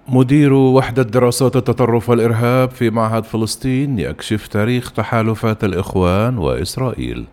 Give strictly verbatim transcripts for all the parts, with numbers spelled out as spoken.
مدير وحدة دراسات التطرف والإرهاب في معهد فلسطين يكشف تاريخ تحالفات الإخوان وإسرائيل.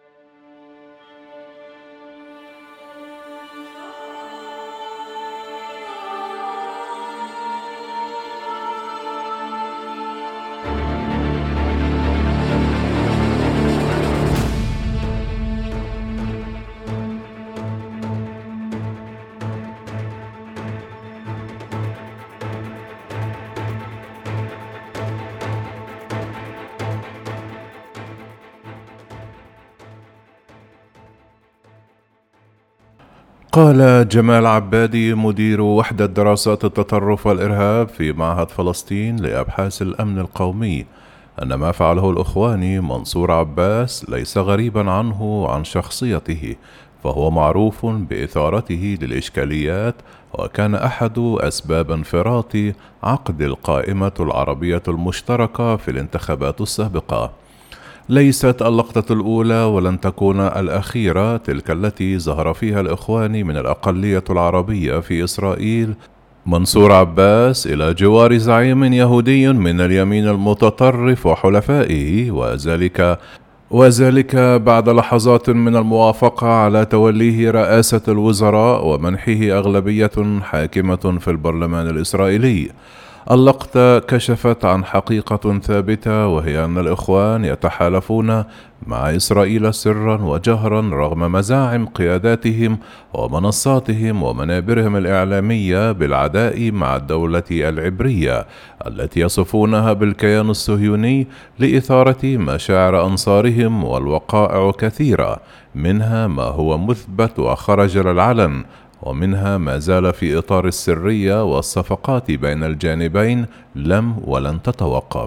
قال جمال عبادي مدير وحدة دراسات التطرف والإرهاب في معهد فلسطين لأبحاث الأمن القومي أن ما فعله الإخواني منصور عباس ليس غريبا عنه وعن شخصيته، فهو معروف بإثارته للإشكاليات، وكان أحد أسباب انفراط عقد القائمة العربية المشتركة في الانتخابات السابقة. ليست اللقطة الأولى ولن تكون الأخيرة تلك التي ظهر فيها الإخوان من الأقلية العربية في إسرائيل منصور عباس إلى جوار زعيم يهودي من اليمين المتطرف وحلفائه، وذلك وذلك بعد لحظات من الموافقة على توليه رئاسة الوزراء ومنحه أغلبية حاكمة في البرلمان الإسرائيلي. اللقطة كشفت عن حقيقة ثابتة، وهي أن الإخوان يتحالفون مع إسرائيل سرا وجهرا رغم مزاعم قياداتهم ومنصاتهم ومنابرهم الإعلامية بالعداء مع الدولة العبرية التي يصفونها بالكيان الصهيوني لإثارة مشاعر أنصارهم، والوقائع كثيرة، منها ما هو مثبت وخرج للعلن، ومنها ما زال في إطار السرية والصفقات بين الجانبين لم ولن تتوقف.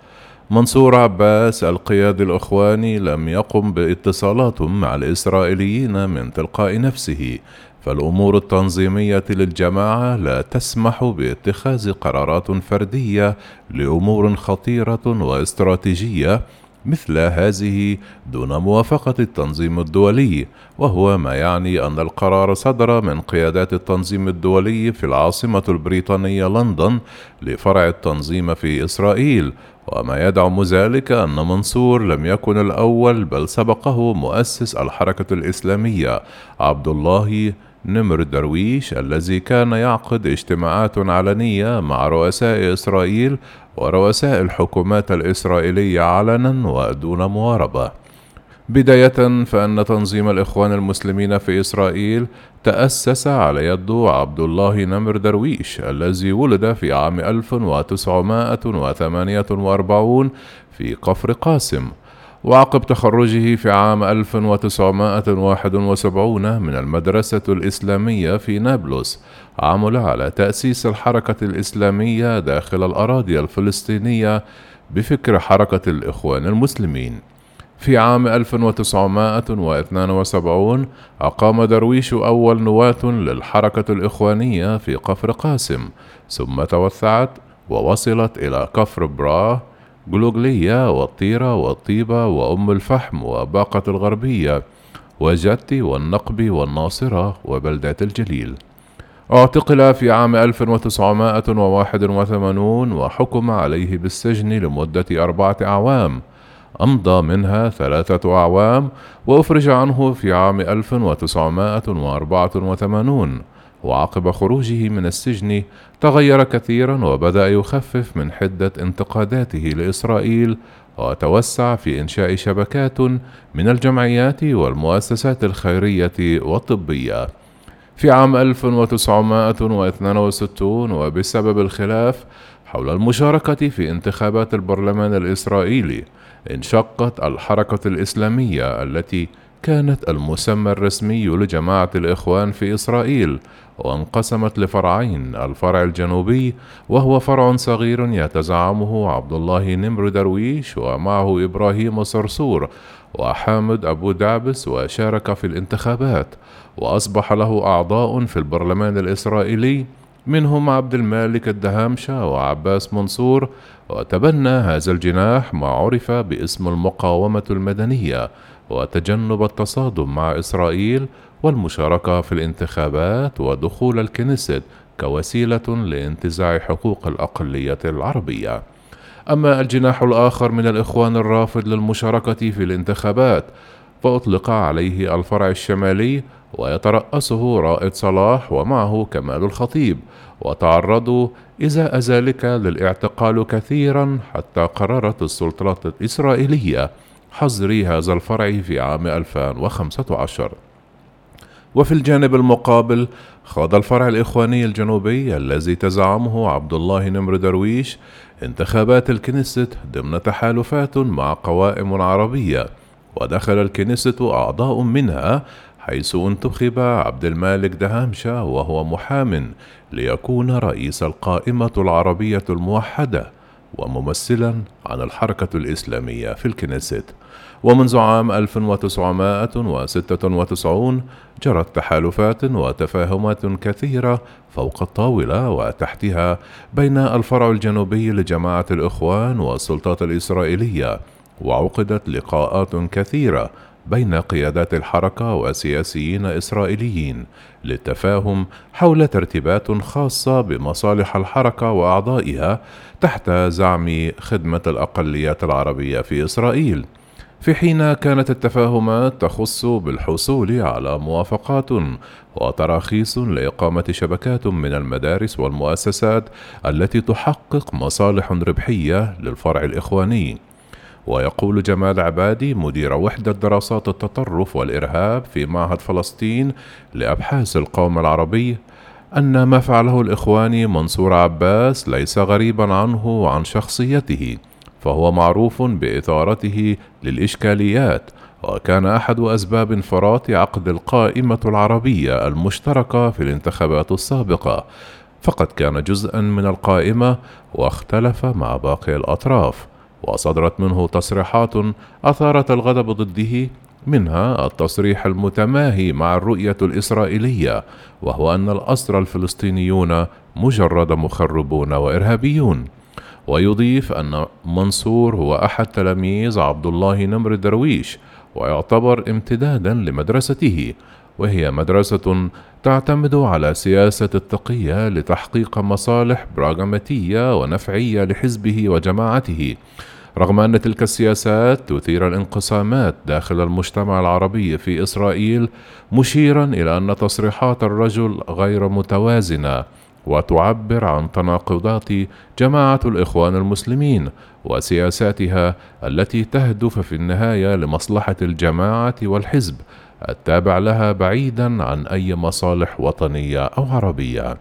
منصور عباس القيادي الإخواني لم يقم باتصالات مع الإسرائيليين من تلقاء نفسه، فالأمور التنظيمية للجماعة لا تسمح باتخاذ قرارات فردية لأمور خطيرة واستراتيجية مثل هذه دون موافقة التنظيم الدولي، وهو ما يعني أن القرار صدر من قيادات التنظيم الدولي في العاصمة البريطانية لندن لفرع التنظيم في إسرائيل. وما يدعم ذلك أن منصور لم يكن الأول، بل سبقه مؤسس الحركة الإسلامية عبد الله نمر درويش، الذي كان يعقد اجتماعات علنية مع رؤساء إسرائيل ورؤساء الحكومات الإسرائيلية علنا ودون مواربة. بداية فإن تنظيم الإخوان المسلمين في إسرائيل تأسس على يد عبد الله نمر درويش، الذي ولد في عام ألف وتسعمائة وثمانية وأربعين في كفر قاسم، وعقب تخرجه في عام ألف وتسعمائة وواحد وسبعين من المدرسة الإسلامية في نابلس عمل على تأسيس الحركة الإسلامية داخل الأراضي الفلسطينية بفكر حركة الإخوان المسلمين. في عام ألف وتسعمائة واثنين وسبعين أقام درويش أول نواة للحركة الإخوانية في كفر قاسم، ثم توسعت ووصلت إلى كفر براه، جلوغلية والطيرة والطيبة وأم الفحم وباقة الغربية وجتي والنقب والناصرة وبلدات الجليل. اعتقل في عام ألف وتسعمائة وواحد وثمانين وحكم عليه بالسجن لمدة أربعة أعوام، أمضى منها ثلاثة أعوام وأفرج عنه في عام ألف وتسعمائة وأربعة وثمانين. وعقب خروجه من السجن تغير كثيرا، وبدأ يخفف من حدة انتقاداته لإسرائيل، وتوسع في إنشاء شبكات من الجمعيات والمؤسسات الخيرية والطبية. في عام ألف وتسعمائة واثنين وستين، وبسبب الخلاف حول المشاركة في انتخابات البرلمان الإسرائيلي، انشقت الحركة الإسلامية التي كانت المسمى الرسمي لجماعة الإخوان في إسرائيل، وانقسمت لفرعين: الفرع الجنوبي وهو فرع صغير يتزعمه عبد الله نمر درويش ومعه إبراهيم صرصور وحامد أبو دعبس، وشارك في الانتخابات وأصبح له أعضاء في البرلمان الإسرائيلي، منهم عبد المالك الدهامشة وعباس منصور. وتبنى هذا الجناح ما عرف باسم المقاومة المدنية، وتجنب التصادم مع إسرائيل والمشاركة في الانتخابات ودخول الكنيست كوسيلة لانتزاع حقوق الأقلية العربية. أما الجناح الآخر من الإخوان الرافض للمشاركة في الانتخابات فأطلق عليه الفرع الشمالي، ويترأسه رائد صلاح ومعه كمال الخطيب، وتعرضوا إزاء ذلك للاعتقال كثيرا حتى قررت السلطات الإسرائيلية حظر هذا الفرع في عام ألفين وخمسة عشر. وفي الجانب المقابل خاض الفرع الإخواني الجنوبي الذي تزعمه عبد الله نمر درويش انتخابات الكنيست ضمن تحالفات مع قوائم عربية، ودخل الكنيست أعضاء منها، حيث انتخب عبد المالك دهامشة وهو محام ليكون رئيس القائمة العربية الموحدة وممثلا عن الحركة الإسلامية في الكنيست. ومنذ عام ألف وتسعمائة وستة وتسعين جرت تحالفات وتفاهمات كثيرة فوق الطاولة وتحتها بين الفرع الجنوبي لجماعة الإخوان والسلطات الإسرائيلية، وعقدت لقاءات كثيرة بين قيادات الحركة وسياسيين إسرائيليين للتفاهم حول ترتيبات خاصة بمصالح الحركة وأعضائها تحت زعم خدمة الأقليات العربية في إسرائيل، في حين كانت التفاهمات تخص بالحصول على موافقات وتراخيص لإقامة شبكات من المدارس والمؤسسات التي تحقق مصالح ربحية للفرع الإخواني. ويقول جمال عبادي مدير وحدة دراسات التطرف والإرهاب في معهد فلسطين لأبحاث القوم العربي أن ما فعله الإخواني منصور عباس ليس غريبا عنه وعن شخصيته، فهو معروف بإثارته للإشكاليات، وكان أحد أسباب انفراط عقد القائمة العربية المشتركة في الانتخابات السابقة، فقد كان جزءا من القائمة واختلف مع باقي الأطراف، وصدرت منه تصريحات أثارت الغضب ضده، منها التصريح المتماهي مع الرؤية الإسرائيلية، وهو أن الأسرى الفلسطينيون مجرد مخربون وإرهابيون. ويضيف أن منصور هو أحد تلاميذ عبد الله نمر درويش، ويعتبر امتدادا لمدرسته، وهي مدرسة تعتمد على سياسة التقية لتحقيق مصالح براغماتية ونفعية لحزبه وجماعته، رغم أن تلك السياسات تثير الانقسامات داخل المجتمع العربي في إسرائيل، مشيرا إلى أن تصريحات الرجل غير متوازنة وتعبر عن تناقضات جماعة الإخوان المسلمين وسياساتها التي تهدف في النهاية لمصلحة الجماعة والحزب التابع لها بعيدا عن أي مصالح وطنية أو عربية.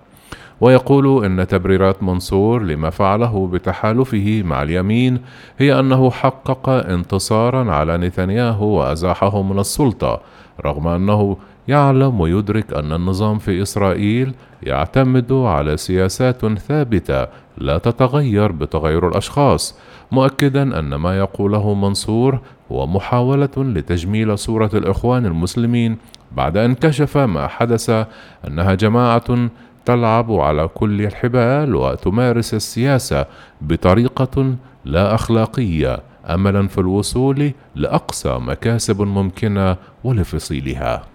ويقول إن تبريرات منصور لما فعله بتحالفه مع اليمين هي أنه حقق انتصارا على نتنياهو وأزاحه من السلطة، رغم أنه يعلم ويدرك أن النظام في إسرائيل يعتمد على سياسات ثابتة لا تتغير بتغير الأشخاص، مؤكدا أن ما يقوله منصور هو محاولة لتجميل صورة الإخوان المسلمين بعد أن كشف ما حدث أنها جماعة تلعب على كل الحبال وتمارس السياسة بطريقة لا أخلاقية أملا في الوصول لأقصى مكاسب ممكنة ولفصيلها.